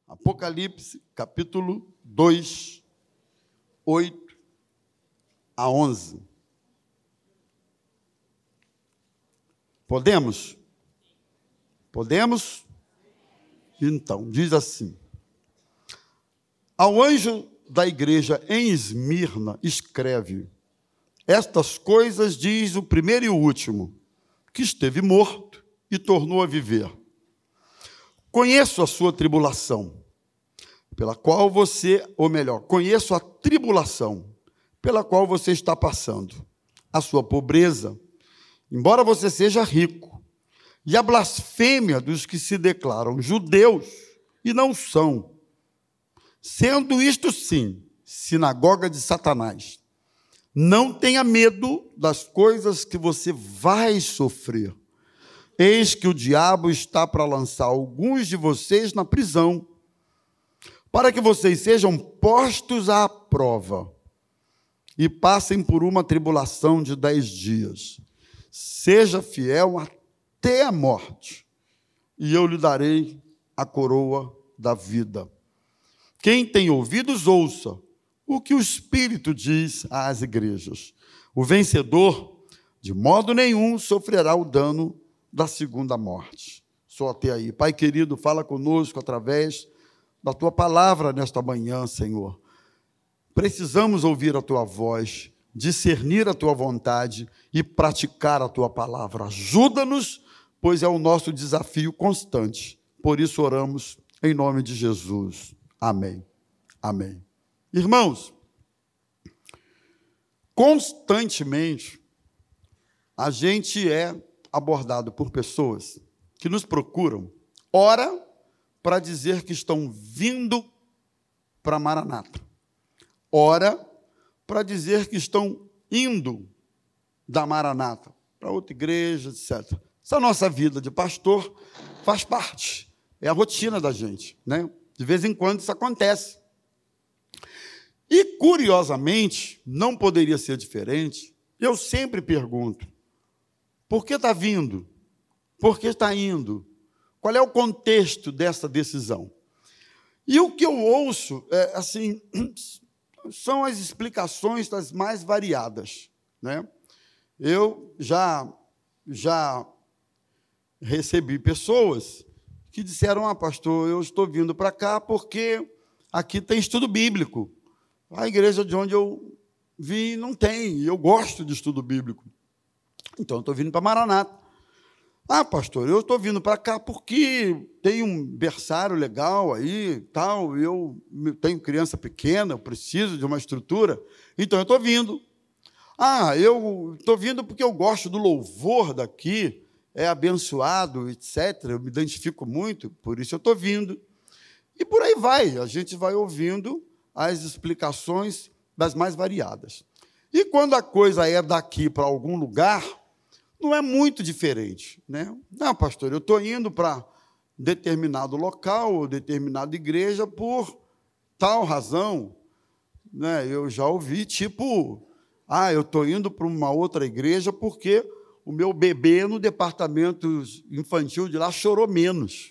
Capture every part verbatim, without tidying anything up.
Apocalipse, capítulo dois, oito a onze. Podemos? Podemos? Então, diz assim: ao anjo da igreja em Esmirna, escreve: estas coisas diz o primeiro e o último, que esteve morto e tornou a viver. Conheço a sua tribulação, pela qual você, ou melhor, conheço a tribulação pela qual você está passando, a sua pobreza, embora você seja rico, e a blasfêmia dos que se declaram judeus e não são, sendo isto, sim, sinagoga de Satanás. Não tenha medo das coisas que você vai sofrer. Eis que o diabo está para lançar alguns de vocês na prisão, para que vocês sejam postos à prova e passem por uma tribulação de dez dias. Seja fiel até a morte, e eu lhe darei a coroa da vida. Quem tem ouvidos, ouça o que o Espírito diz às igrejas. O vencedor, de modo nenhum, sofrerá o dano da segunda morte. Só até aí. Pai querido, fala conosco através da Tua palavra nesta manhã, Senhor. Precisamos ouvir a Tua voz, discernir a Tua vontade e praticar a Tua palavra. Ajuda-nos, pois é o nosso desafio constante. Por isso oramos em nome de Jesus. Amém. Amém. Irmãos, constantemente a gente é abordado por pessoas que nos procuram, ora para dizer que estão vindo para Maranata, ora para dizer que estão indo da Maranata para outra igreja, etcétera. Essa nossa vida de pastor faz parte, é a rotina da gente, né? De vez em quando isso acontece. E, curiosamente, não poderia ser diferente, eu sempre pergunto: por que está vindo? Por que está indo? Qual é o contexto dessa decisão? E o que eu ouço, é, assim, são as explicações das mais variadas, né? Eu já, já recebi pessoas que disseram: ah, pastor, eu estou vindo para cá porque aqui tem estudo bíblico. A igreja de onde eu vim não tem, e eu gosto de estudo bíblico. Então, eu estou vindo para Maranata. Ah, pastor, eu estou vindo para cá porque tem um berçário legal aí, tal, eu tenho criança pequena, eu preciso de uma estrutura, então eu estou vindo. Ah, eu estou vindo porque eu gosto do louvor daqui, é abençoado, etcétera. Eu me identifico muito, por isso eu estou vindo. E por aí vai, a gente vai ouvindo as explicações das mais variadas. E quando a coisa é daqui para algum lugar, não é muito diferente, né? Não, pastor, eu estou indo para determinado local ou determinada igreja por tal razão, né? Eu já ouvi, tipo, ah, eu estou indo para uma outra igreja porque o meu bebê no departamento infantil de lá chorou menos.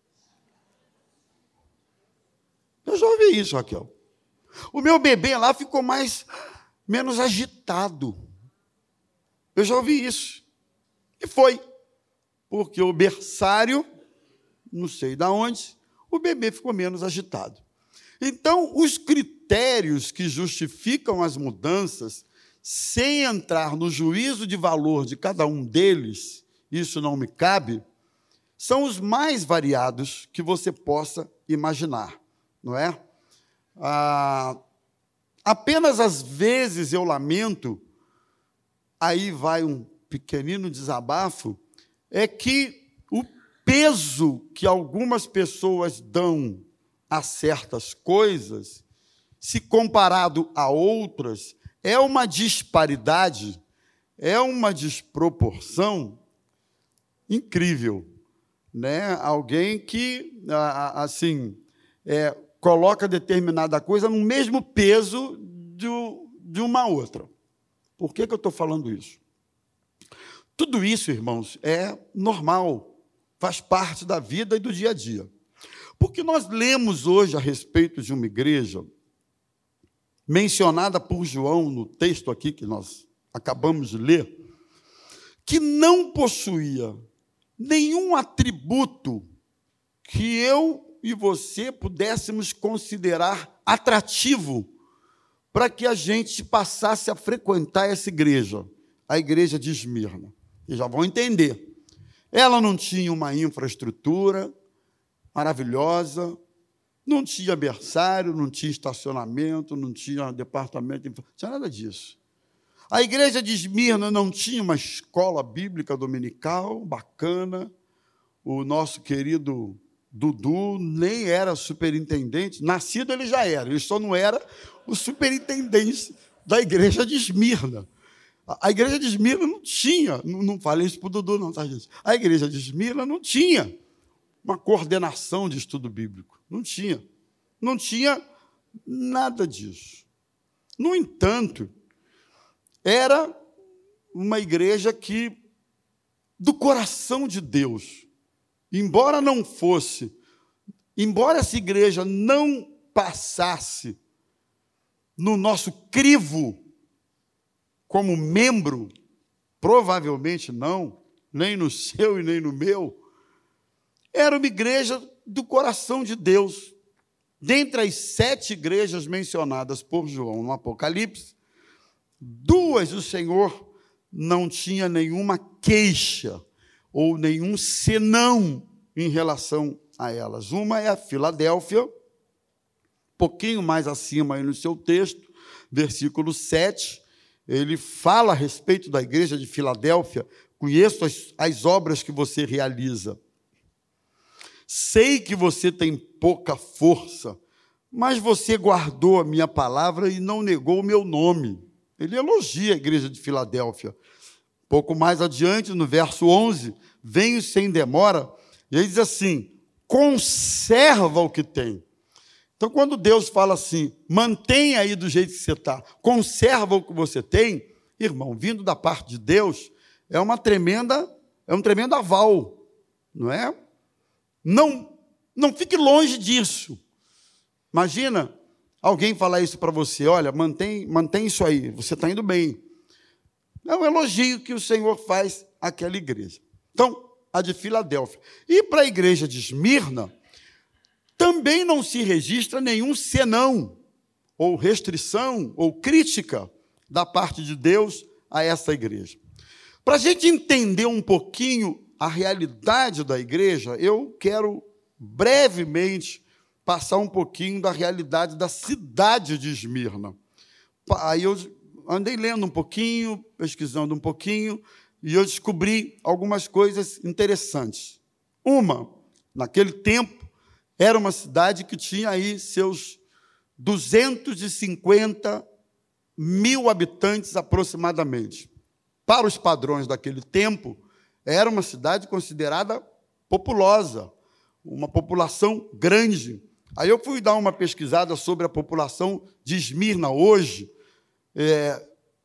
Eu já ouvi isso, Raquel. O meu bebê lá ficou mais, menos agitado. Eu já ouvi isso. E foi, porque o berçário, não sei de onde, o bebê ficou menos agitado. Então, os critérios que justificam as mudanças, sem entrar no juízo de valor de cada um deles, isso não me cabe, são os mais variados que você possa imaginar, não é? Ah, apenas às vezes eu lamento, aí vai um pequenino desabafo, é que o peso que algumas pessoas dão a certas coisas, se comparado a outras, é uma disparidade, é uma desproporção incrível, né? Alguém que, assim, é, coloca determinada coisa no mesmo peso de, de uma outra. Por que que eu estou falando isso? Tudo isso, irmãos, é normal, faz parte da vida e do dia a dia. Porque nós lemos hoje a respeito de uma igreja mencionada por João no texto aqui que nós acabamos de ler, que não possuía nenhum atributo que eu e você pudéssemos considerar atrativo para que a gente passasse a frequentar essa igreja, a igreja de Esmirna. Vocês já vão entender. Ela não tinha uma infraestrutura maravilhosa, não tinha berçário, não tinha estacionamento, não tinha departamento, não tinha nada disso. A igreja de Esmirna não tinha uma escola bíblica dominical bacana. O nosso querido Dudu nem era superintendente. Nascido ele já era, ele só não era o superintendente da igreja de Esmirna. A igreja de Esmirna não tinha, não, não falei isso para o Dudu, não, tá, gente? A igreja de Esmirna não tinha uma coordenação de estudo bíblico. Não tinha. Não tinha nada disso. No entanto, era uma igreja que, do coração de Deus, embora não fosse, embora essa igreja não passasse no nosso crivo como membro, provavelmente não, nem no seu e nem no meu, era uma igreja do coração de Deus. Dentre as sete igrejas mencionadas por João no Apocalipse, duas o Senhor não tinha nenhuma queixa ou nenhum senão em relação a elas. Uma é a Filadélfia, pouquinho mais acima aí no seu texto, versículo sete, ele fala a respeito da igreja de Filadélfia: conheço as, as obras que você realiza. Sei que você tem pouca força, mas você guardou a minha palavra e não negou o meu nome. Ele elogia a igreja de Filadélfia. Pouco mais adiante, no verso onze, venho sem demora, e ele diz assim: conserva o que tem. Então, quando Deus fala assim, mantenha aí do jeito que você está, conserva o que você tem, irmão, vindo da parte de Deus, é uma tremenda, é um tremendo aval, não é? Não, não fique longe disso. Imagina alguém falar isso para você: olha, mantém, mantém isso aí, você está indo bem. É um elogio que o Senhor faz àquela igreja. Então, a de Filadélfia. E para a igreja de Esmirna, também não se registra nenhum senão, ou restrição, ou crítica da parte de Deus a essa igreja. Para a gente entender um pouquinho a realidade da igreja, eu quero brevemente passar um pouquinho da realidade da cidade de Esmirna. Aí eu andei lendo um pouquinho, pesquisando um pouquinho, e eu descobri algumas coisas interessantes. Uma, naquele tempo, era uma cidade que tinha aí seus duzentos e cinquenta mil habitantes aproximadamente. Para os padrões daquele tempo, era uma cidade considerada populosa, uma população grande. Aí eu fui dar uma pesquisada sobre a população de Esmirna hoje. É,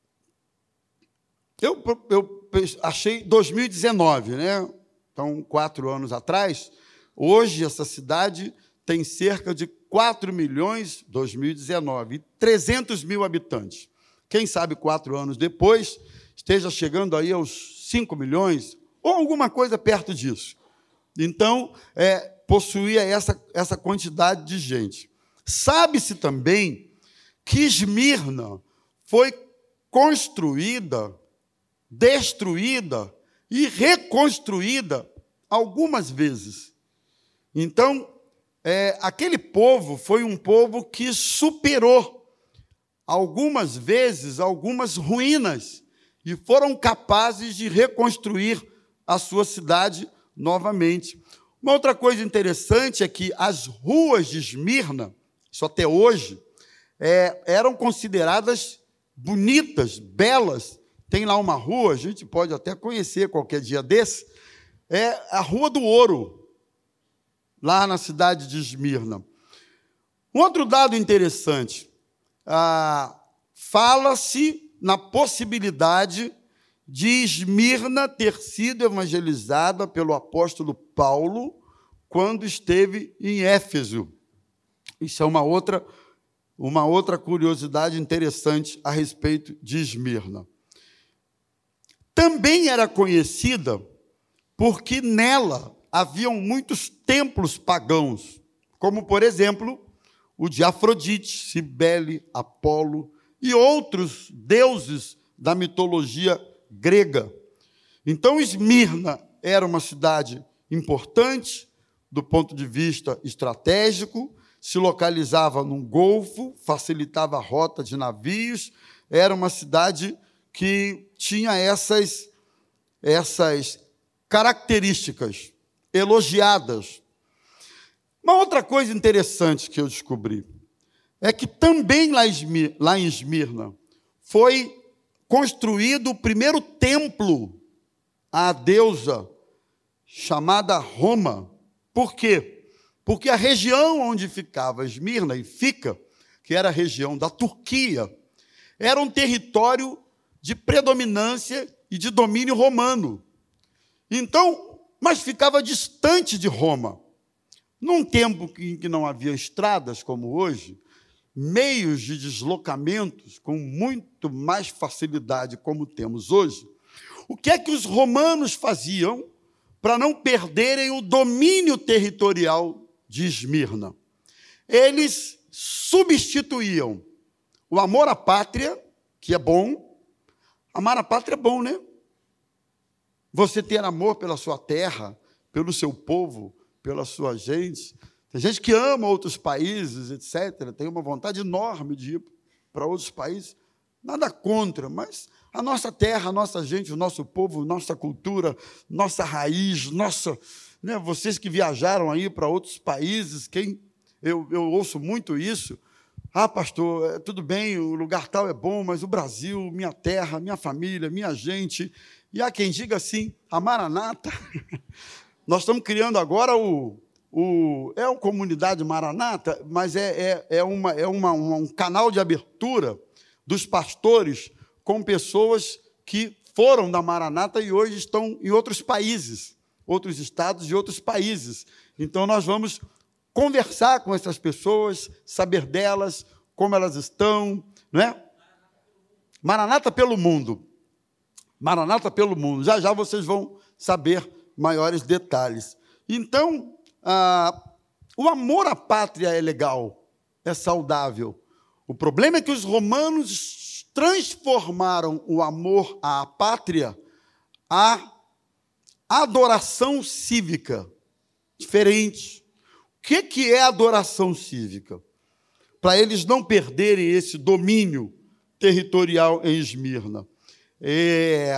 eu, eu achei dois mil e dezenove, né? Então, quatro anos atrás. Hoje, essa cidade tem cerca de quatro milhões, dois mil e dezenove, e trezentos mil habitantes. Quem sabe, quatro anos depois, esteja chegando aí aos cinco milhões, ou alguma coisa perto disso. Então, é, possuía essa, essa quantidade de gente. Sabe-se também que Esmirna foi construída, destruída e reconstruída algumas vezes. Então, é, aquele povo foi um povo que superou algumas vezes algumas ruínas e foram capazes de reconstruir a sua cidade novamente. Uma outra coisa interessante é que as ruas de Esmirna, isso até hoje, é, eram consideradas bonitas, belas. Tem lá uma rua, a gente pode até conhecer qualquer dia desse, é a Rua do Ouro, lá na cidade de Esmirna. Um outro dado interessante, ah, fala-se na possibilidade de Esmirna ter sido evangelizada pelo apóstolo Paulo quando esteve em Éfeso. Isso é uma outra, uma outra curiosidade interessante a respeito de Esmirna. Também era conhecida porque nela haviam muitos templos pagãos, como, por exemplo, o de Afrodite, Cibele, Apolo e outros deuses da mitologia grega. Então, Esmirna era uma cidade importante do ponto de vista estratégico, se localizava num golfo, facilitava a rota de navios, era uma cidade que tinha essas, essas características elogiadas. Uma outra coisa interessante que eu descobri é que também lá em Esmirna foi construído o primeiro templo à deusa chamada Roma. Por quê? Porque a região onde ficava Esmirna, e fica, que era a região da Turquia, era um território de predominância e de domínio romano. Então, mas ficava distante de Roma. Num tempo em que não havia estradas como hoje, meios de deslocamentos com muito mais facilidade como temos hoje, o que é que os romanos faziam para não perderem o domínio territorial de Esmirna? Eles substituíam o amor à pátria, que é bom. Amar a pátria é bom, né? Você ter amor pela sua terra, pelo seu povo, pela sua gente. Tem gente que ama outros países, etcétera, tem uma vontade enorme de ir para outros países. Nada contra, mas a nossa terra, a nossa gente, o nosso povo, nossa cultura, nossa raiz, nossa... Né, vocês que viajaram aí para outros países, quem eu, eu ouço muito isso. Ah, pastor, tudo bem, o lugar tal é bom, mas o Brasil, minha terra, minha família, minha gente... E há quem diga assim, a Maranata, nós estamos criando agora o... o é uma comunidade Maranata, mas é, é, é, uma, é uma, uma, um canal de abertura dos pastores com pessoas que foram da Maranata e hoje estão em outros países, outros estados e outros países. Então, nós vamos conversar com essas pessoas, saber delas, como elas estão, não é? Maranata pelo mundo. Maranata pelo mundo. Já, já vocês vão saber maiores detalhes. Então, ah, o amor à pátria é legal, é saudável. O problema é que os romanos transformaram o amor à pátria a adoração cívica. Diferente. O que, que é adoração cívica? Para eles não perderem esse domínio territorial em Esmirna. É,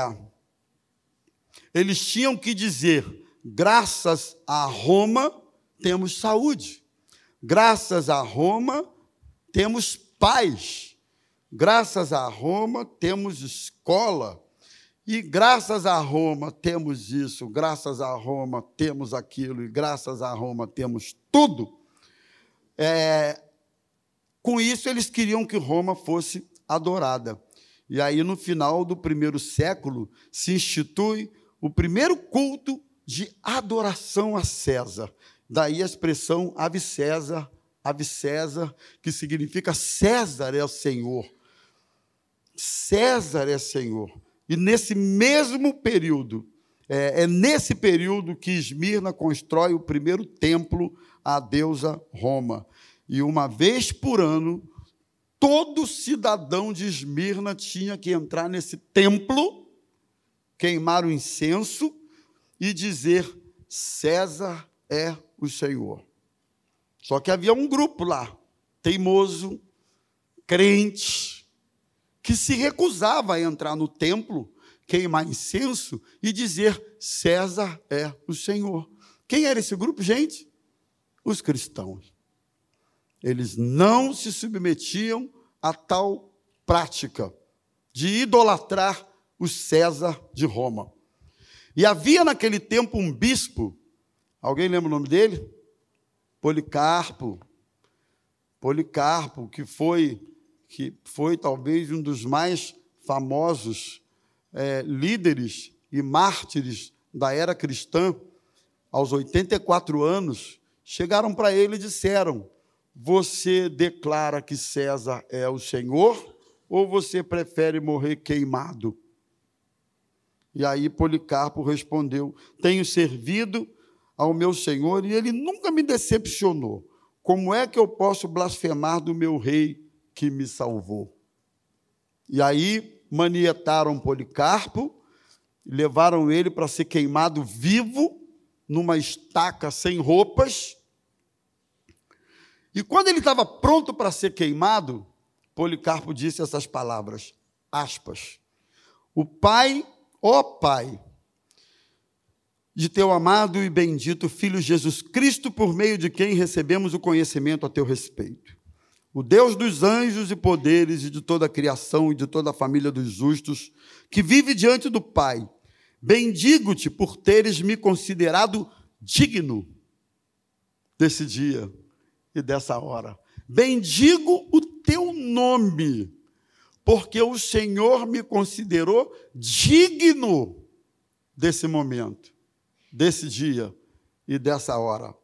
eles tinham que dizer, graças a Roma, temos saúde. Graças a Roma, temos paz. Graças a Roma, temos escola. E graças a Roma, temos isso. Graças a Roma, temos aquilo. E graças a Roma, temos tudo. É, com isso, eles queriam que Roma fosse adorada. E aí, no final do primeiro século, se institui o primeiro culto de adoração a César. Daí a expressão Ave César, Ave César, que significa César é o Senhor. César é Senhor. E nesse mesmo período, é, é nesse período que Esmirna constrói o primeiro templo à deusa Roma. E uma vez por ano, todo cidadão de Esmirna tinha que entrar nesse templo, queimar o incenso e dizer, César é o Senhor. Só que havia um grupo lá, teimoso, crente, que se recusava a entrar no templo, queimar incenso e dizer, César é o Senhor. Quem era esse grupo, gente? Os cristãos. Eles não se submetiam a tal prática de idolatrar o César de Roma. E havia naquele tempo um bispo, alguém lembra o nome dele? Policarpo. Policarpo, que foi, que foi talvez um dos mais famosos é, líderes e mártires da era cristã, aos oitenta e quatro anos, chegaram para ele e disseram: você declara que César é o Senhor ou você prefere morrer queimado? E aí Policarpo respondeu: tenho servido ao meu Senhor e ele nunca me decepcionou. Como é que eu posso blasfemar do meu rei que me salvou? E aí manietaram Policarpo, levaram ele para ser queimado vivo, numa estaca sem roupas. E quando ele estava pronto para ser queimado, Policarpo disse essas palavras, aspas: o Pai, ó Pai, de teu amado e bendito Filho Jesus Cristo, por meio de quem recebemos o conhecimento a teu respeito. O Deus dos anjos e poderes e de toda a criação e de toda a família dos justos, que vive diante do Pai, bendigo-te por teres me considerado digno desse dia e dessa hora. Bendigo o teu nome, porque o Senhor me considerou digno desse momento, desse dia e dessa hora,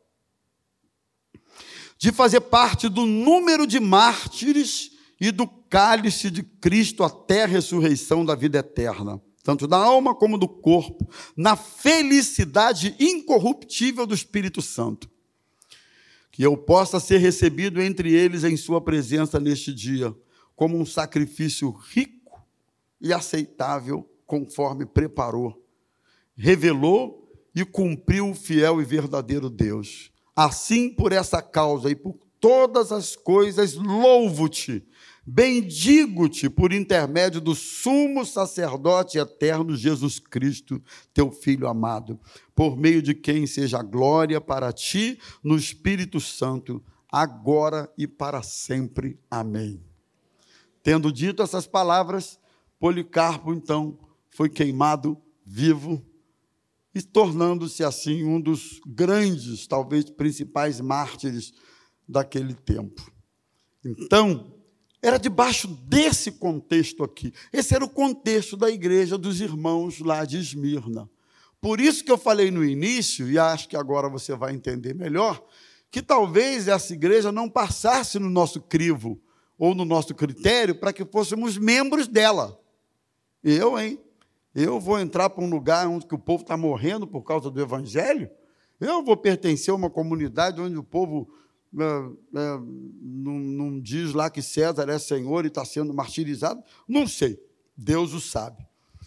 de fazer parte do número de mártires e do cálice de Cristo até a ressurreição da vida eterna, tanto da alma como do corpo, na felicidade incorruptível do Espírito Santo. Que eu possa ser recebido entre eles em sua presença neste dia, como um sacrifício rico e aceitável, conforme preparou, revelou e cumpriu o fiel e verdadeiro Deus. Assim, por essa causa e por todas as coisas, louvo-te, bendigo-te por intermédio do sumo sacerdote eterno Jesus Cristo, teu Filho amado, por meio de quem seja glória para ti no Espírito Santo, agora e para sempre. Amém. Tendo dito essas palavras, Policarpo, então, foi queimado vivo, e tornando-se assim um dos grandes, talvez principais mártires daquele tempo. Então, era debaixo desse contexto aqui. Esse era o contexto da igreja dos irmãos lá de Esmirna. Por isso que eu falei no início, e acho que agora você vai entender melhor, que talvez essa igreja não passasse no nosso crivo ou no nosso critério para que fôssemos membros dela. Eu, hein? Eu vou entrar para um lugar onde o povo está morrendo por causa do evangelho? Eu vou pertencer a uma comunidade onde o povo é, é, não, não diz lá que César é Senhor e está sendo martirizado? Não sei, Deus o sabe.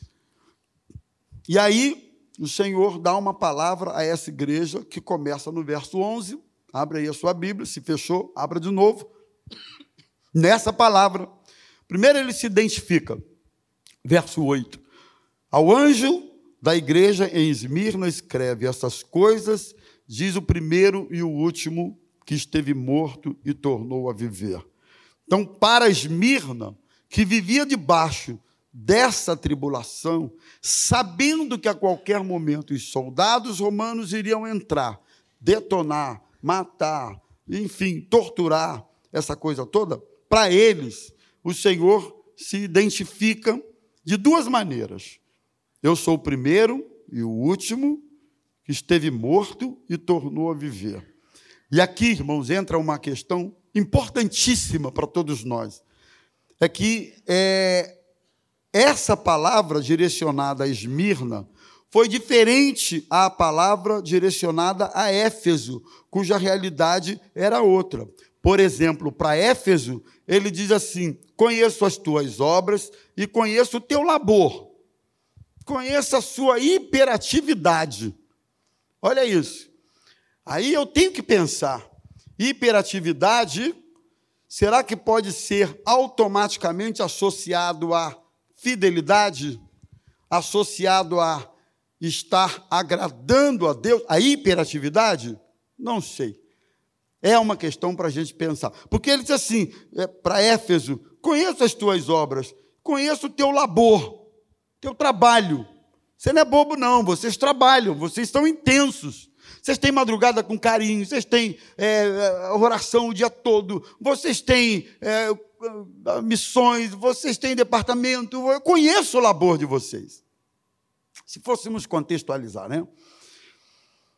E aí, o Senhor dá uma palavra a essa igreja que começa no verso onze. Abre aí a sua Bíblia, se fechou, abra de novo. Nessa palavra, primeiro ele se identifica, verso oito. Ao anjo da igreja em Esmirna escreve: essas coisas diz o primeiro e o último que esteve morto e tornou a viver. Então, para Esmirna, que vivia debaixo dessa tribulação, sabendo que a qualquer momento os soldados romanos iriam entrar, detonar, matar, enfim, torturar, essa coisa toda, para eles, o Senhor se identifica de duas maneiras. Eu sou o primeiro e o último que esteve morto e tornou a viver. E aqui, irmãos, entra uma questão importantíssima para todos nós. É que é, essa palavra direcionada a Esmirna foi diferente à palavra direcionada a Éfeso, cuja realidade era outra. Por exemplo, para Éfeso, ele diz assim: conheço as tuas obras e conheço o teu labor. Conheça a sua hiperatividade. Olha isso. Aí eu tenho que pensar, hiperatividade, será que pode ser automaticamente associado à fidelidade? Associado a estar agradando a Deus? A hiperatividade? Não sei. É uma questão para a gente pensar. Porque ele diz assim, é, para Éfeso: conheço as tuas obras, conheço o teu labor, teu trabalho. Você não é bobo, não. Vocês trabalham, vocês estão intensos. Vocês têm madrugada com carinho, vocês têm é, oração o dia todo, vocês têm é, missões, vocês têm departamento. Eu conheço o labor de vocês. Se fôssemos contextualizar, né?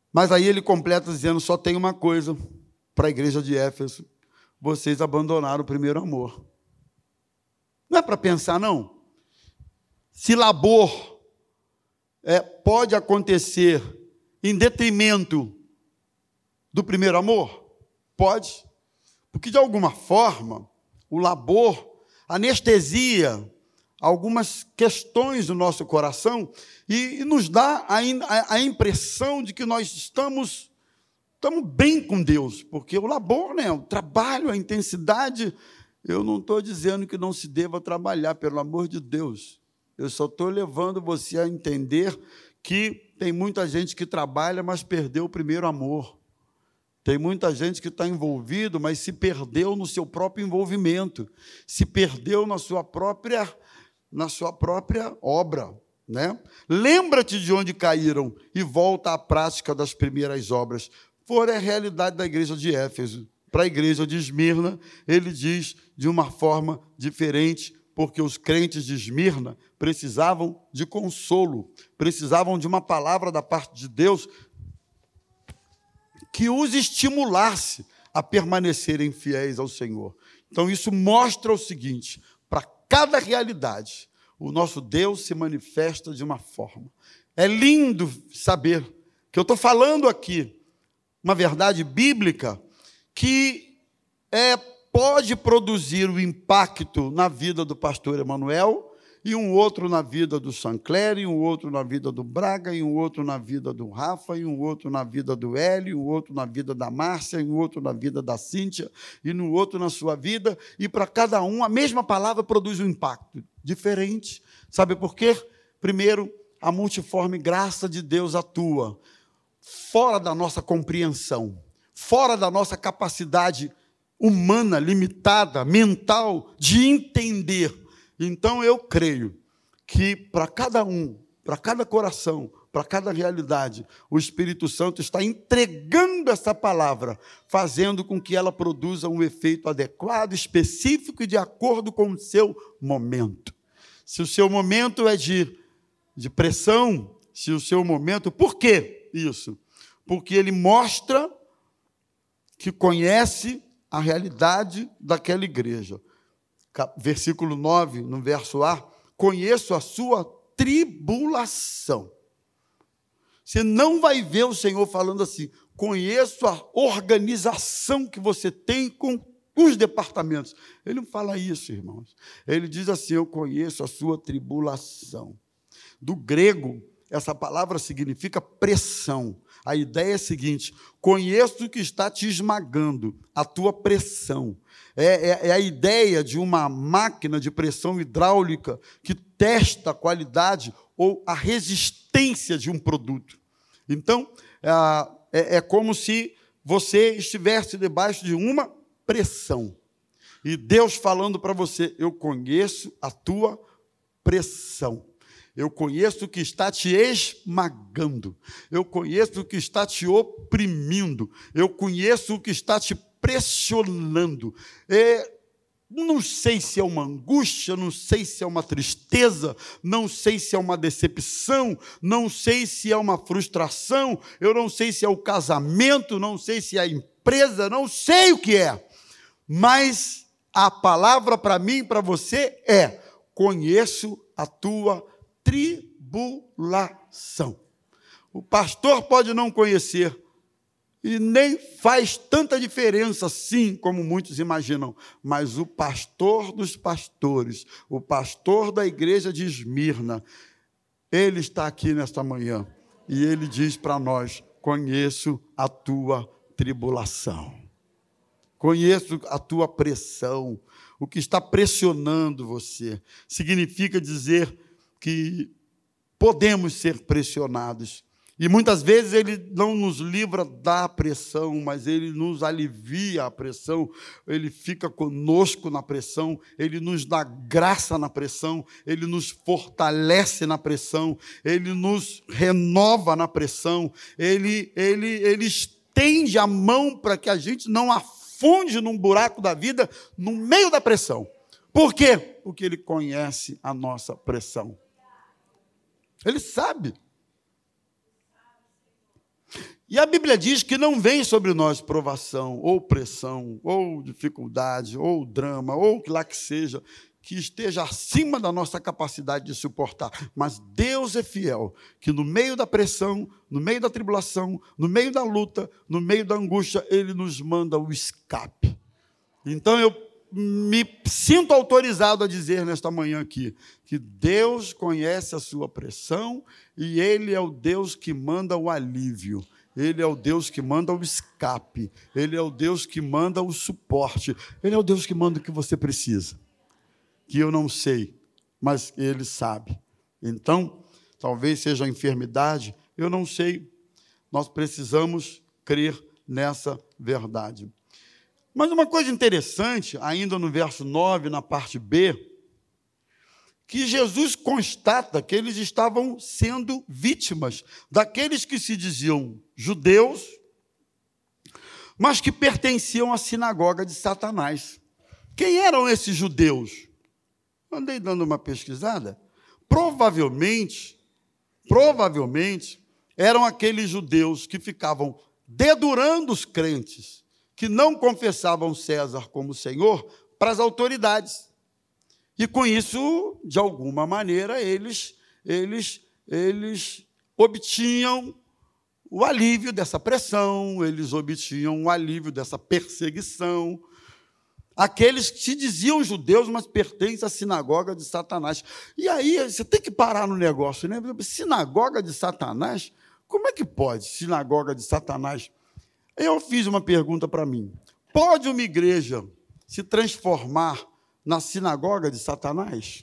Mas aí ele completa dizendo, só tem uma coisa para a igreja de Éfeso, vocês abandonaram o primeiro amor. Não é para pensar, não. Se labor é, pode acontecer em detrimento do primeiro amor, pode. Porque, de alguma forma, o labor anestesia algumas questões do nosso coração e, e nos dá a, a, a impressão de que nós estamos, estamos bem com Deus, porque o labor, né, o trabalho, a intensidade, eu não estou dizendo que não se deva trabalhar, pelo amor de Deus. Eu só estou levando você a entender que tem muita gente que trabalha, mas perdeu o primeiro amor. Tem muita gente que está envolvido, mas se perdeu no seu próprio envolvimento, se perdeu na sua própria, na sua própria obra, né? Lembra-te de onde caíram e volta à prática das primeiras obras. Foi a realidade da igreja de Éfeso. Para a igreja de Esmirna, ele diz de uma forma diferente, porque os crentes de Esmirna precisavam de consolo, precisavam de uma palavra da parte de Deus que os estimulasse a permanecerem fiéis ao Senhor. Então, isso mostra o seguinte, para cada realidade, o nosso Deus se manifesta de uma forma. É lindo saber que eu estou falando aqui uma verdade bíblica que é, pode produzir o impacto na vida do pastor Emanuel, e um outro na vida do Sancler, e um outro na vida do Braga, e um outro na vida do Rafa, e um outro na vida do Hélio, e um outro na vida da Márcia, e um outro na vida da Cíntia, e no outro na sua vida, e para cada um a mesma palavra produz um impacto diferente. Sabe por quê? Primeiro, a multiforme graça de Deus atua fora da nossa compreensão, fora da nossa capacidade humana, limitada, mental, de entender. Então, eu creio que para cada um, para cada coração, para cada realidade, o Espírito Santo está entregando essa palavra, fazendo com que ela produza um efeito adequado, específico e de acordo com o seu momento. Se o seu momento é de, de pressão, se o seu momento... Por quê isso? Porque ele mostra que conhece a realidade daquela igreja. Versículo nove, no verso A, conheço a sua tribulação. Você não vai ver o Senhor falando assim, conheço a organização que você tem com os departamentos. Ele não fala isso, irmãos. Ele diz assim, eu conheço a sua tribulação. Do grego, essa palavra significa pressão. A ideia é a seguinte, conheço o que está te esmagando, a tua pressão. É, é, é a ideia de uma máquina de pressão hidráulica que testa a qualidade ou a resistência de um produto. Então, é, é como se você estivesse debaixo de uma pressão. E Deus falando para você, eu conheço a tua pressão. Eu conheço o que está te esmagando. Eu conheço o que está te oprimindo. Eu conheço o que está te pressionando. É, não sei se é uma angústia, não sei se é uma tristeza, não sei se é uma decepção, não sei se é uma frustração, eu não sei se é o casamento, não sei se é a empresa, não sei o que é. Mas a palavra para mim e para você é, conheço a tua tribulação. O pastor pode não conhecer, e nem faz tanta diferença assim como muitos imaginam, mas o pastor dos pastores, o pastor da igreja de Esmirna, ele está aqui nesta manhã, e ele diz para nós, conheço a tua tribulação, conheço a tua pressão, o que está pressionando você, significa dizer que podemos ser pressionados. E muitas vezes ele não nos livra da pressão, mas ele nos alivia a pressão, ele fica conosco na pressão, ele nos dá graça na pressão, ele nos fortalece na pressão, ele nos renova na pressão, ele, ele, ele estende a mão para que a gente não afunde num buraco da vida no meio da pressão. Por quê? Porque ele conhece a nossa pressão. Ele sabe. E a Bíblia diz que não vem sobre nós provação, ou pressão, ou dificuldade, ou drama, ou o que lá que seja, que esteja acima da nossa capacidade de suportar. Mas Deus é fiel, que no meio da pressão, no meio da tribulação, no meio da luta, no meio da angústia, Ele nos manda o escape. Então, eu me sinto autorizado a dizer nesta manhã aqui, que Deus conhece a sua pressão e Ele é o Deus que manda o alívio. Ele é o Deus que manda o escape. Ele é o Deus que manda o suporte. Ele é o Deus que manda o que você precisa. Que eu não sei, mas Ele sabe. Então, talvez seja a enfermidade, eu não sei. Nós precisamos crer nessa verdade. Mas uma coisa interessante, ainda no verso nove, na parte B, que Jesus constata que eles estavam sendo vítimas daqueles que se diziam judeus, mas que pertenciam à sinagoga de Satanás. Quem eram esses judeus? Andei dando uma pesquisada. Provavelmente, provavelmente, eram aqueles judeus que ficavam dedurando os crentes, que não confessavam César como Senhor, para as autoridades. E com isso, de alguma maneira, eles, eles, eles obtinham o alívio dessa pressão, eles obtinham o alívio dessa perseguição. Aqueles que se diziam judeus, mas pertencem à sinagoga de Satanás. E aí, você tem que parar no negócio, né? Sinagoga de Satanás? Como é que pode, sinagoga de Satanás? Eu fiz uma pergunta para mim. Pode uma igreja se transformar na sinagoga de Satanás?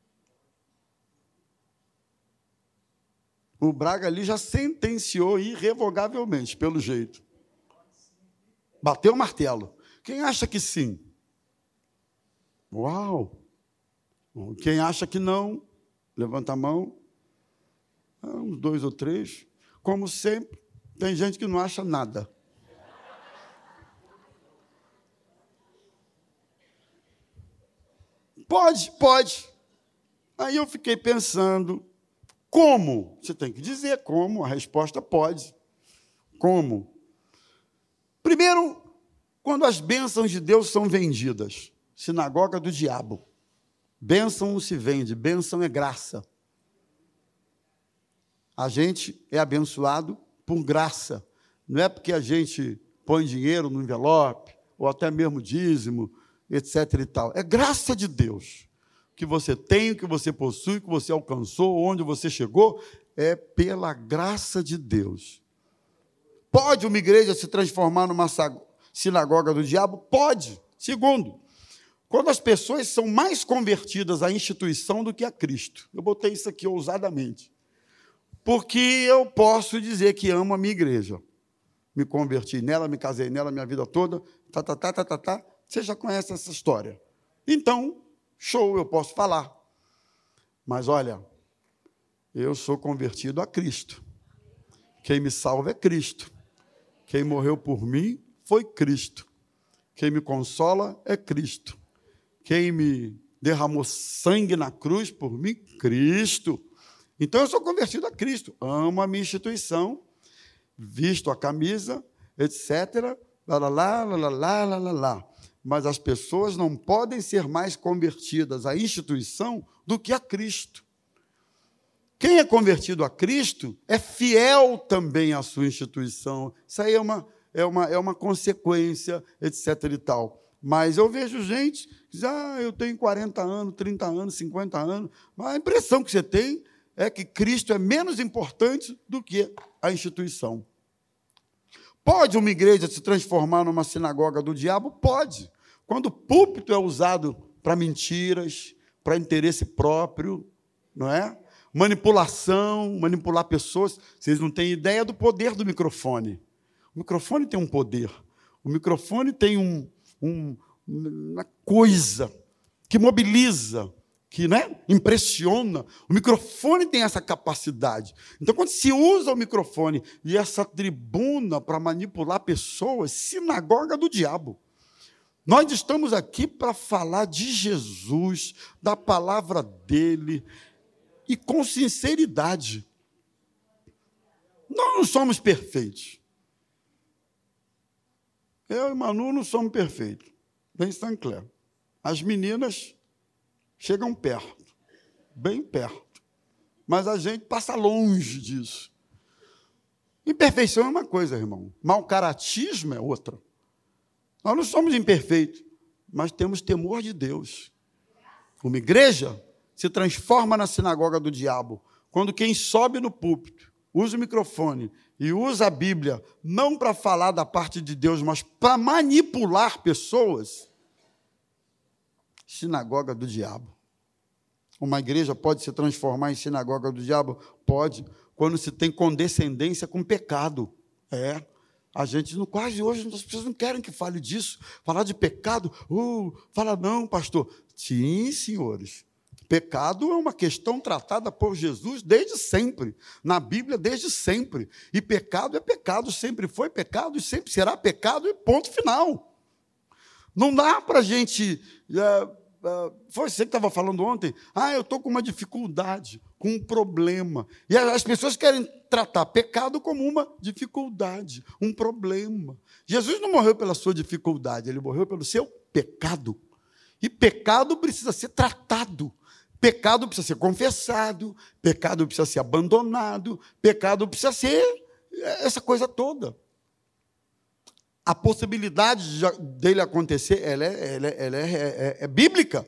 O Braga ali já sentenciou irrevogavelmente, pelo jeito. Bateu o martelo. Quem acha que sim? Uau! Quem acha que não? Levanta a mão. Ah, uns dois ou três. Como sempre, tem gente que não acha nada. Pode, pode. Aí eu fiquei pensando, como? Você tem que dizer como, a resposta pode. Como? Primeiro, quando as bênçãos de Deus são vendidas, sinagoga do diabo. Bênção não se vende, bênção é graça. A gente é abençoado por graça. Não é porque a gente põe dinheiro no envelope, ou até mesmo dízimo, etc e tal. É graça de Deus. O que você tem, o que você possui, o que você alcançou, onde você chegou, é pela graça de Deus. Pode uma igreja se transformar numa sinagoga do diabo? Pode. Segundo, quando as pessoas são mais convertidas à instituição do que a Cristo. Eu botei isso aqui ousadamente. Porque eu posso dizer que amo a minha igreja. Me converti nela, me casei nela a minha vida toda, tá, tá, tá, tá, tá, tá. Você já conhece essa história. Então, show, eu posso falar. Mas, olha, eu sou convertido a Cristo. Quem me salva é Cristo. Quem morreu por mim foi Cristo. Quem me consola é Cristo. Quem me derramou sangue na cruz por mim, Cristo. Então, eu sou convertido a Cristo. Amo a minha instituição, visto a camisa, etcétera. Lá, lá, lá, lá, lá, lá, lá, lá. Mas as pessoas não podem ser mais convertidas à instituição do que a Cristo. Quem é convertido a Cristo é fiel também à sua instituição. Isso aí é uma, é uma, é uma consequência, etcétera e tal. Mas eu vejo gente que diz, ah, eu tenho quarenta anos, trinta anos, cinquenta anos. Mas a impressão que você tem é que Cristo é menos importante do que a instituição. Pode uma igreja se transformar numa sinagoga do diabo? Pode. Quando o púlpito é usado para mentiras, para interesse próprio, não é? Manipulação, manipular pessoas. Vocês não têm ideia do poder do microfone. O microfone tem um poder. O microfone tem um, um, uma coisa que mobiliza, que, né, impressiona. O microfone tem essa capacidade. Então, quando se usa o microfone e essa tribuna para manipular pessoas, sinagoga do diabo. Nós estamos aqui para falar de Jesus, da palavra dele, e com sinceridade. Nós não somos perfeitos. Eu e Manu não somos perfeitos. Nem Sancler. As meninas chegam perto, bem perto. Mas a gente passa longe disso. Imperfeição é uma coisa, irmão. Mal-caratismo é outra. Nós não somos imperfeitos, mas temos temor de Deus. Uma igreja se transforma na sinagoga do diabo quando quem sobe no púlpito, usa o microfone e usa a Bíblia, não para falar da parte de Deus, mas para manipular pessoas. Sinagoga do diabo. Uma igreja pode se transformar em sinagoga do diabo? Pode, quando se tem condescendência com pecado. É. A gente, não, quase hoje, as pessoas não querem que fale disso. Falar de pecado, uh, fala não, pastor. Sim, senhores. Pecado é uma questão tratada por Jesus desde sempre. Na Bíblia, desde sempre. E pecado é pecado, sempre foi pecado e sempre será pecado e ponto final. Não dá para a gente... Uh, Uh, foi você que estava falando ontem, ah, eu estou com uma dificuldade, com um problema. E as pessoas querem tratar pecado como uma dificuldade, um problema. Jesus não morreu pela sua dificuldade, ele morreu pelo seu pecado. E pecado precisa ser tratado, pecado precisa ser confessado, pecado precisa ser abandonado, pecado precisa ser essa coisa toda. A possibilidade dele acontecer, ela, é, ela, é, ela é, é, é bíblica.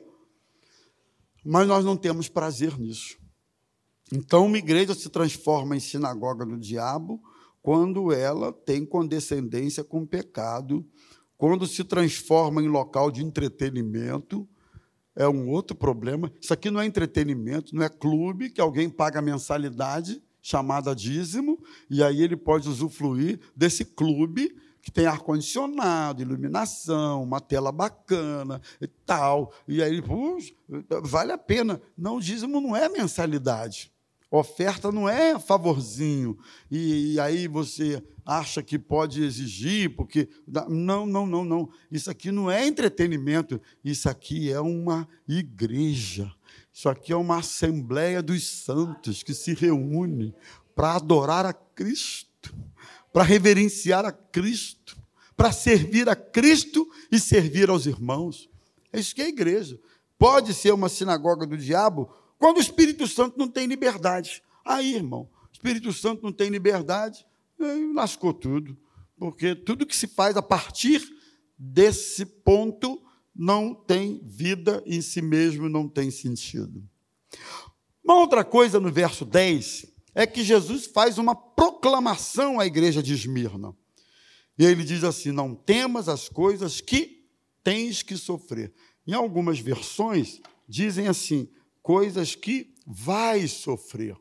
Mas nós não temos prazer nisso. Então, uma igreja se transforma em sinagoga do diabo quando ela tem condescendência com o pecado, quando se transforma em local de entretenimento, é um outro problema. Isso aqui não é entretenimento, não é clube, que alguém paga mensalidade, chamada dízimo, e aí ele pode usufruir desse clube que tem ar-condicionado, iluminação, uma tela bacana e tal. E aí, puxa, vale a pena. Não, o dízimo não é mensalidade. Oferta não é favorzinho. E, e aí você acha que pode exigir, porque... Não, não, não, não. Isso aqui não é entretenimento. Isso aqui é uma igreja. Isso aqui é uma assembleia dos santos que se reúne para adorar a Cristo, para reverenciar a Cristo, para servir a Cristo e servir aos irmãos. É isso que é a igreja. Pode ser uma sinagoga do diabo quando o Espírito Santo não tem liberdade. Aí, irmão, o Espírito Santo não tem liberdade, lascou tudo, porque tudo que se faz a partir desse ponto não tem vida em si mesmo, não tem sentido. Uma outra coisa no verso dez é que Jesus faz uma proclamação à igreja de Esmirna. E ele diz assim, não temas as coisas que tens que sofrer. Em algumas versões, dizem assim, coisas que vais sofrer.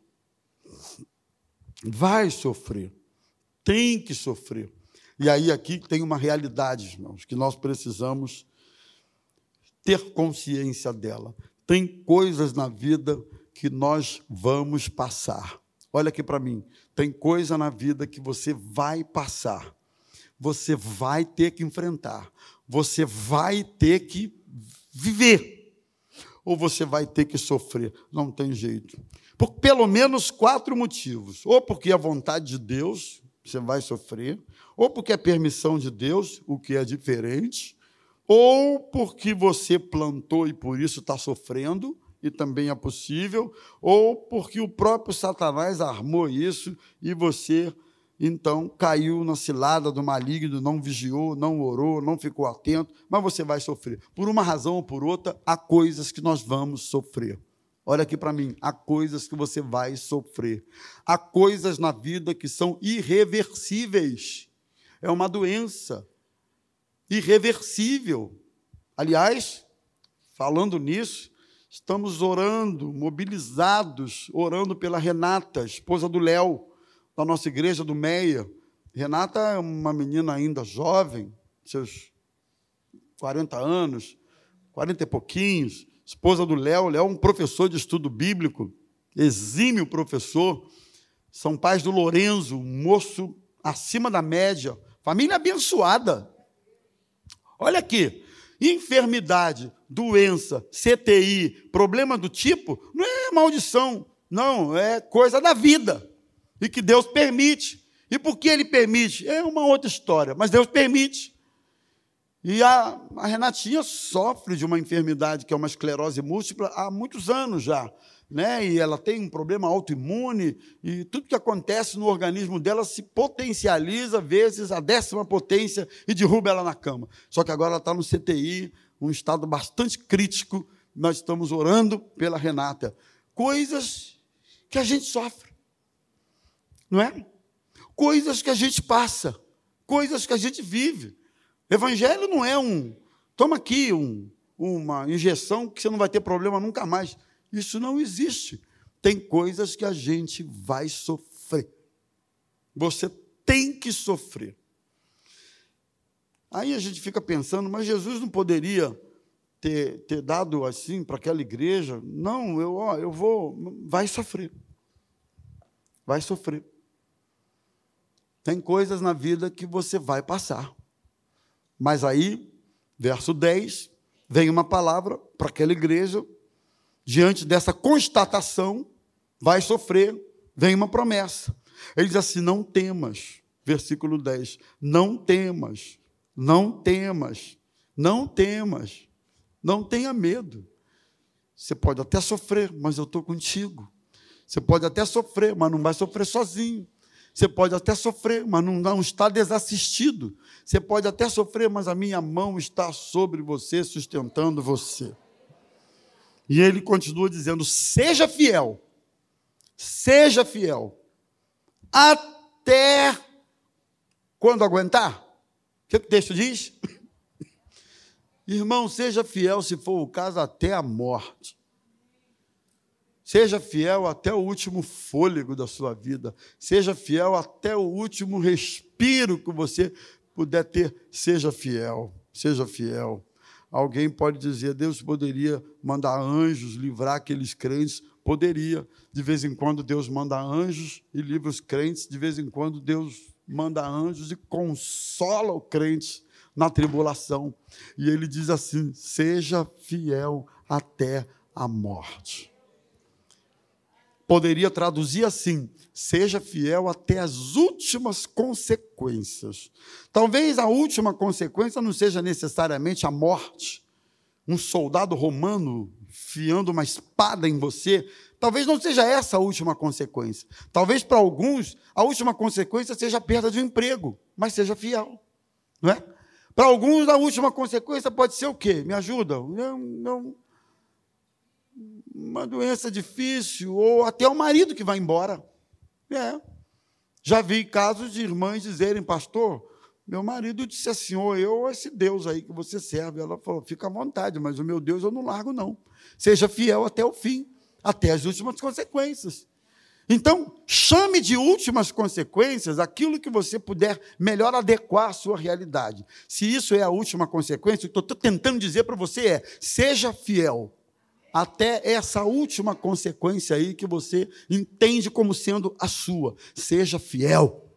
Vai sofrer. Tem que sofrer. E aí aqui tem uma realidade, irmãos, que nós precisamos ter consciência dela. Tem coisas na vida que nós vamos passar. Olha aqui para mim, tem coisa na vida que você vai passar, você vai ter que enfrentar, você vai ter que viver, ou você vai ter que sofrer, não tem jeito. Por pelo menos quatro motivos, ou porque é a vontade de Deus, você vai sofrer, ou porque é permissão de Deus, o que é diferente, ou porque você plantou e por isso está sofrendo, e também é possível, ou porque o próprio Satanás armou isso e você, então, caiu na cilada do maligno, não vigiou, não orou, não ficou atento, mas você vai sofrer. Por uma razão ou por outra, há coisas que nós vamos sofrer. Olha aqui para mim, há coisas que você vai sofrer. Há coisas na vida que são irreversíveis. É uma doença irreversível. Aliás, falando nisso, estamos orando, mobilizados, orando pela Renata, esposa do Léo, da nossa igreja do Meia. Renata é uma menina ainda jovem, seus quarenta anos, quarenta e pouquinhos, esposa do Léo. Léo é um professor de estudo bíblico, exímio professor. São pais do Lorenzo, um moço acima da média, família abençoada. Olha aqui, enfermidade, doença, C T I, problema do tipo, não é maldição, não, é coisa da vida. e que Deus permite. E por que Ele permite? É uma outra história, mas Deus permite. E a, a Renatinha sofre de uma enfermidade que é uma esclerose múltipla há muitos anos já, né? E ela tem um problema autoimune, e tudo que acontece no organismo dela se potencializa, vezes a décima potência, e derruba ela na cama. Só que agora ela está no C T I, um estado bastante crítico. Nós estamos orando pela Renata. Coisas que a gente sofre, não é? Coisas que a gente passa, coisas que a gente vive. Evangelho não é um, toma aqui um, uma injeção que você não vai ter problema nunca mais. Isso não existe. Tem coisas que a gente vai sofrer. Você tem que sofrer. Aí a gente fica pensando, mas Jesus não poderia ter, ter dado assim para aquela igreja? Não, eu, ó, eu vou, vai sofrer. Vai sofrer. Tem coisas na vida que você vai passar. Mas aí, verso dez, vem uma palavra para aquela igreja. Diante dessa constatação, vai sofrer, vem uma promessa. Ele diz assim, não temas, versículo dez, não temas, não temas, não temas, não tenha medo. Você pode até sofrer, mas eu estou contigo. Você pode até sofrer, mas não vai sofrer sozinho. Você pode até sofrer, mas não, não está desassistido. Você pode até sofrer, mas a minha mão está sobre você, sustentando você. E ele continua dizendo, seja fiel, seja fiel, até quando aguentar. O que o texto diz? Irmão, seja fiel, se for o caso, até a morte. Seja fiel até o último fôlego da sua vida. Seja fiel até o último respiro que você puder ter. Seja fiel, seja fiel. Alguém pode dizer, Deus poderia mandar anjos, livrar aqueles crentes. Poderia. De vez em quando Deus manda anjos e livra os crentes. De vez em quando Deus manda anjos e consola o crente na tribulação. E ele diz assim, seja fiel até a morte. Poderia traduzir assim, seja fiel até as últimas consequências. Talvez a última consequência não seja necessariamente a morte. Um soldado romano fiando uma espada em você, talvez não seja essa a última consequência. Talvez para alguns a última consequência seja a perda de um emprego, mas seja fiel. Não é? Para alguns a última consequência pode ser o quê? Me ajuda? Não, não. Uma doença difícil, ou até o marido que vai embora. É. Já vi casos de irmãs dizerem, pastor, meu marido disse assim, ou eu ou esse Deus aí que você serve. Ela falou, fica à vontade, mas o meu Deus eu não largo, não. Seja fiel até o fim, até as últimas consequências. Então, chame de últimas consequências aquilo que você puder melhor adequar à sua realidade. Se isso é a última consequência, o que eu estou tentando dizer para você é, seja fiel até essa última consequência aí que você entende como sendo a sua. Seja fiel.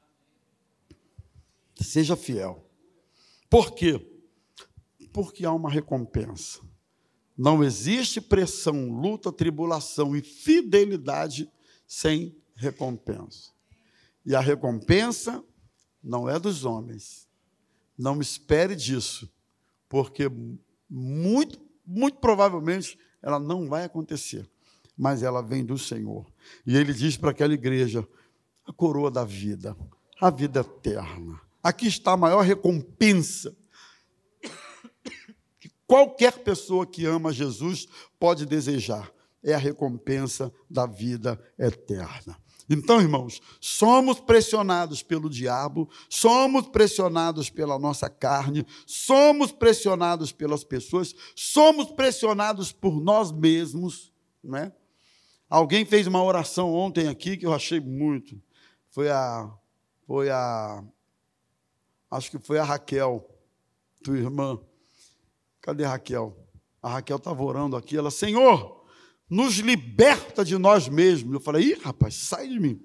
Seja fiel. Por quê? Porque há uma recompensa. Não existe pressão, luta, tribulação e fidelidade sem recompensa. E a recompensa não é dos homens. Não espere disso, porque muito Muito provavelmente ela não vai acontecer, mas ela vem do Senhor. E ele diz para aquela igreja, a coroa da vida, a vida eterna. Aqui está a maior recompensa que qualquer pessoa que ama Jesus pode desejar. É a recompensa da vida eterna. Então, irmãos, somos pressionados pelo diabo, somos pressionados pela nossa carne, somos pressionados pelas pessoas, somos pressionados por nós mesmos, não é? Alguém fez uma oração ontem aqui que eu achei muito. Foi a, foi a, acho que foi a Raquel, tua irmã. Cadê a Raquel? A Raquel estava orando aqui, ela, Senhor, nos liberta de nós mesmos. Eu falei, ih, rapaz, sai de mim.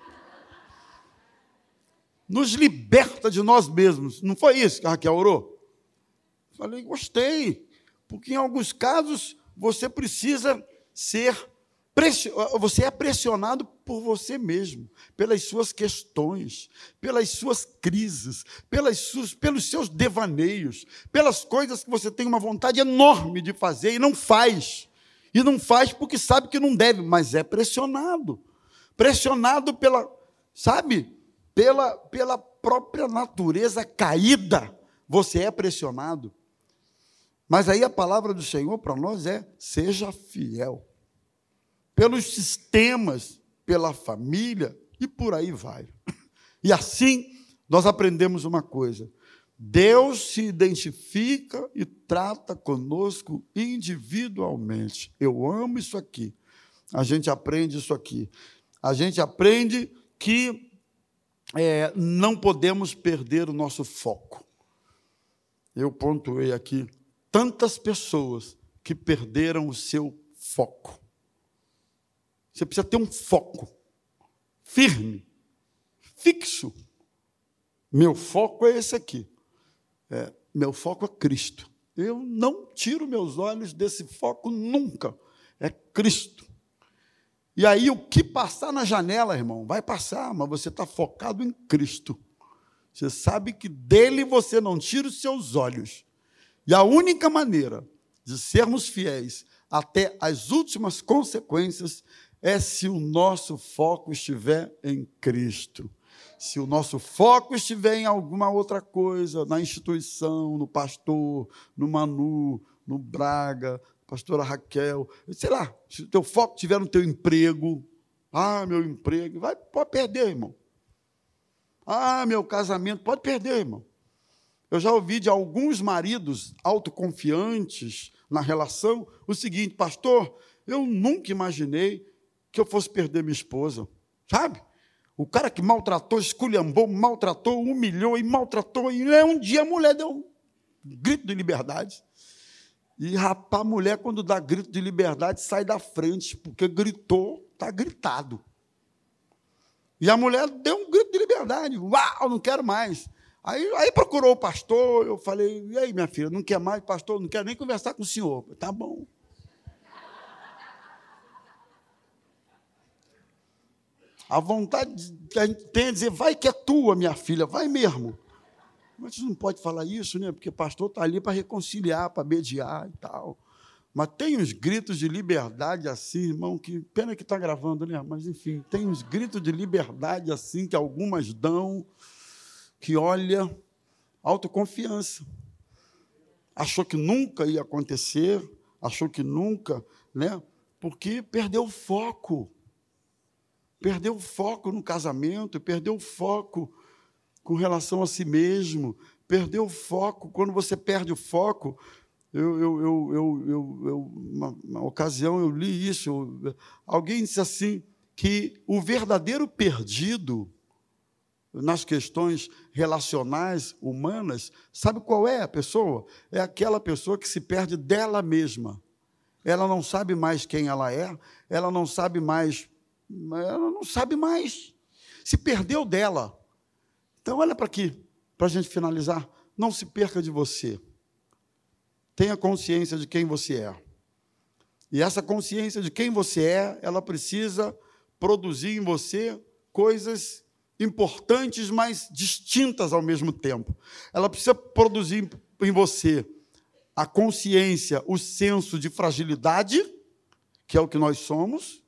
Nos liberta de nós mesmos. Não foi isso que a Raquel orou? Eu falei, gostei. Porque em alguns casos você precisa ser Você é pressionado por você mesmo, pelas suas questões, pelas suas crises, pelas suas, pelos seus devaneios, pelas coisas que você tem uma vontade enorme de fazer e não faz. E não faz porque sabe que não deve, mas é pressionado. Pressionado pela, sabe, pela, pela própria natureza caída. Você é pressionado. Mas aí a palavra do Senhor para nós é: seja fiel. Pelos sistemas, pela família e por aí vai. E assim nós aprendemos uma coisa: Deus se identifica e trata conosco individualmente. Eu amo isso aqui. A gente aprende isso aqui. A gente aprende que é, não podemos perder o nosso foco. Eu pontuei aqui tantas pessoas que perderam o seu foco. Você precisa ter um foco firme, fixo. Meu foco é esse aqui. É, meu foco é Cristo. Eu não tiro meus olhos desse foco nunca. É Cristo. E aí, o que passar na janela, irmão, vai passar, mas você está focado em Cristo. Você sabe que dele você não tira os seus olhos. E a única maneira de sermos fiéis até as últimas consequências é se o nosso foco estiver em Cristo. Se o nosso foco estiver em alguma outra coisa, na instituição, no pastor, no Manu, no Braga, pastora Raquel, sei lá, se o teu foco estiver no teu emprego, ah, meu emprego, vai, pode perder, irmão. Ah, meu casamento, pode perder, irmão. Eu já ouvi de alguns maridos autoconfiantes na relação o seguinte: pastor, eu nunca imaginei que eu fosse perder minha esposa, sabe? O cara que maltratou, esculhambou, maltratou, humilhou e maltratou, e um dia a mulher deu um grito de liberdade. E, rapaz, a mulher, quando dá grito de liberdade, sai da frente, porque gritou, está gritado. E a mulher deu um grito de liberdade. Uau, não quero mais. Aí, aí procurou o pastor, eu falei: e aí, minha filha, não quer mais, pastor? Não quero nem conversar com o senhor. Tá bom. A vontade que a gente tem é dizer: vai que é tua, minha filha, vai mesmo. Mas você não pode falar isso, né? Porque o pastor está ali para reconciliar, para mediar e tal. Mas tem uns gritos de liberdade assim, irmão, que pena que está gravando, né? Mas, enfim, tem uns gritos de liberdade assim que algumas dão, que, olha, autoconfiança. Achou que nunca ia acontecer, achou que nunca, né? Porque perdeu o foco. Perdeu o foco no casamento, perdeu o foco com relação a si mesmo, perdeu o foco. Quando você perde o foco, eu, eu, eu, eu, eu, eu uma, uma ocasião eu li isso, eu, alguém disse assim, que o verdadeiro perdido nas questões relacionais humanas, sabe qual é a pessoa? É aquela pessoa que se perde dela mesma. Ela não sabe mais quem ela é, ela não sabe mais, ela não sabe mais, se perdeu dela. Então, olha para aqui, para a gente finalizar. Não se perca de você. Tenha consciência de quem você é. E essa consciência de quem você é, ela precisa produzir em você coisas importantes, mas distintas ao mesmo tempo. Ela precisa produzir em você a consciência, o senso de fragilidade, que é o que nós somos.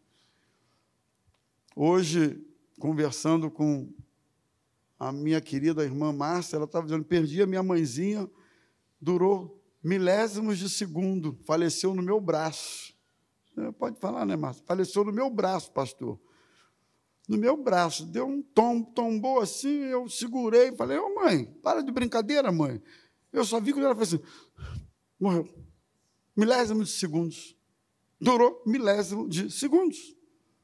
Hoje, conversando com a minha querida irmã Márcia, ela estava dizendo: perdi a minha mãezinha, durou milésimos de segundo, faleceu no meu braço. Pode falar, né, Márcia? Faleceu no meu braço, pastor. No meu braço, deu um tom, tombou assim, eu segurei e falei: ô, oh, mãe, para de brincadeira, mãe. Eu só vi quando ela fez assim, morreu. Milésimos de segundos. Durou milésimo de segundos.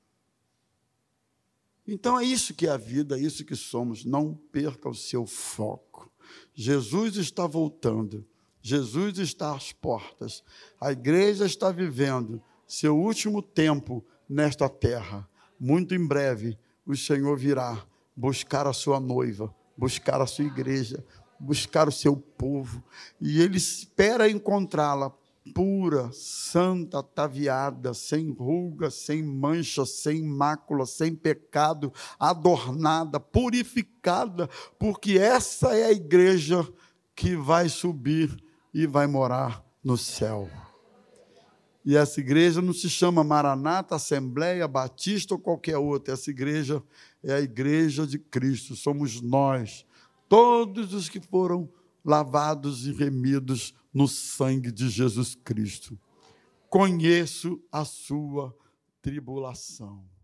Então, é isso que é a vida, é isso que somos. Não perca o seu foco. Jesus está voltando. Jesus está às portas. A igreja está vivendo seu último tempo nesta terra. Muito em breve, o Senhor virá buscar a sua noiva, buscar a sua igreja, buscar o seu povo. E Ele espera encontrá-la pura, santa, ataviada, sem ruga, sem mancha, sem mácula, sem pecado, adornada, purificada, porque essa é a igreja que vai subir e vai morar no céu. E essa igreja não se chama Maranata, Assembleia, Batista ou qualquer outra. Essa igreja é a igreja de Cristo. Somos nós, todos os que foram lavados e remidos no sangue de Jesus Cristo. Conheço a sua tribulação.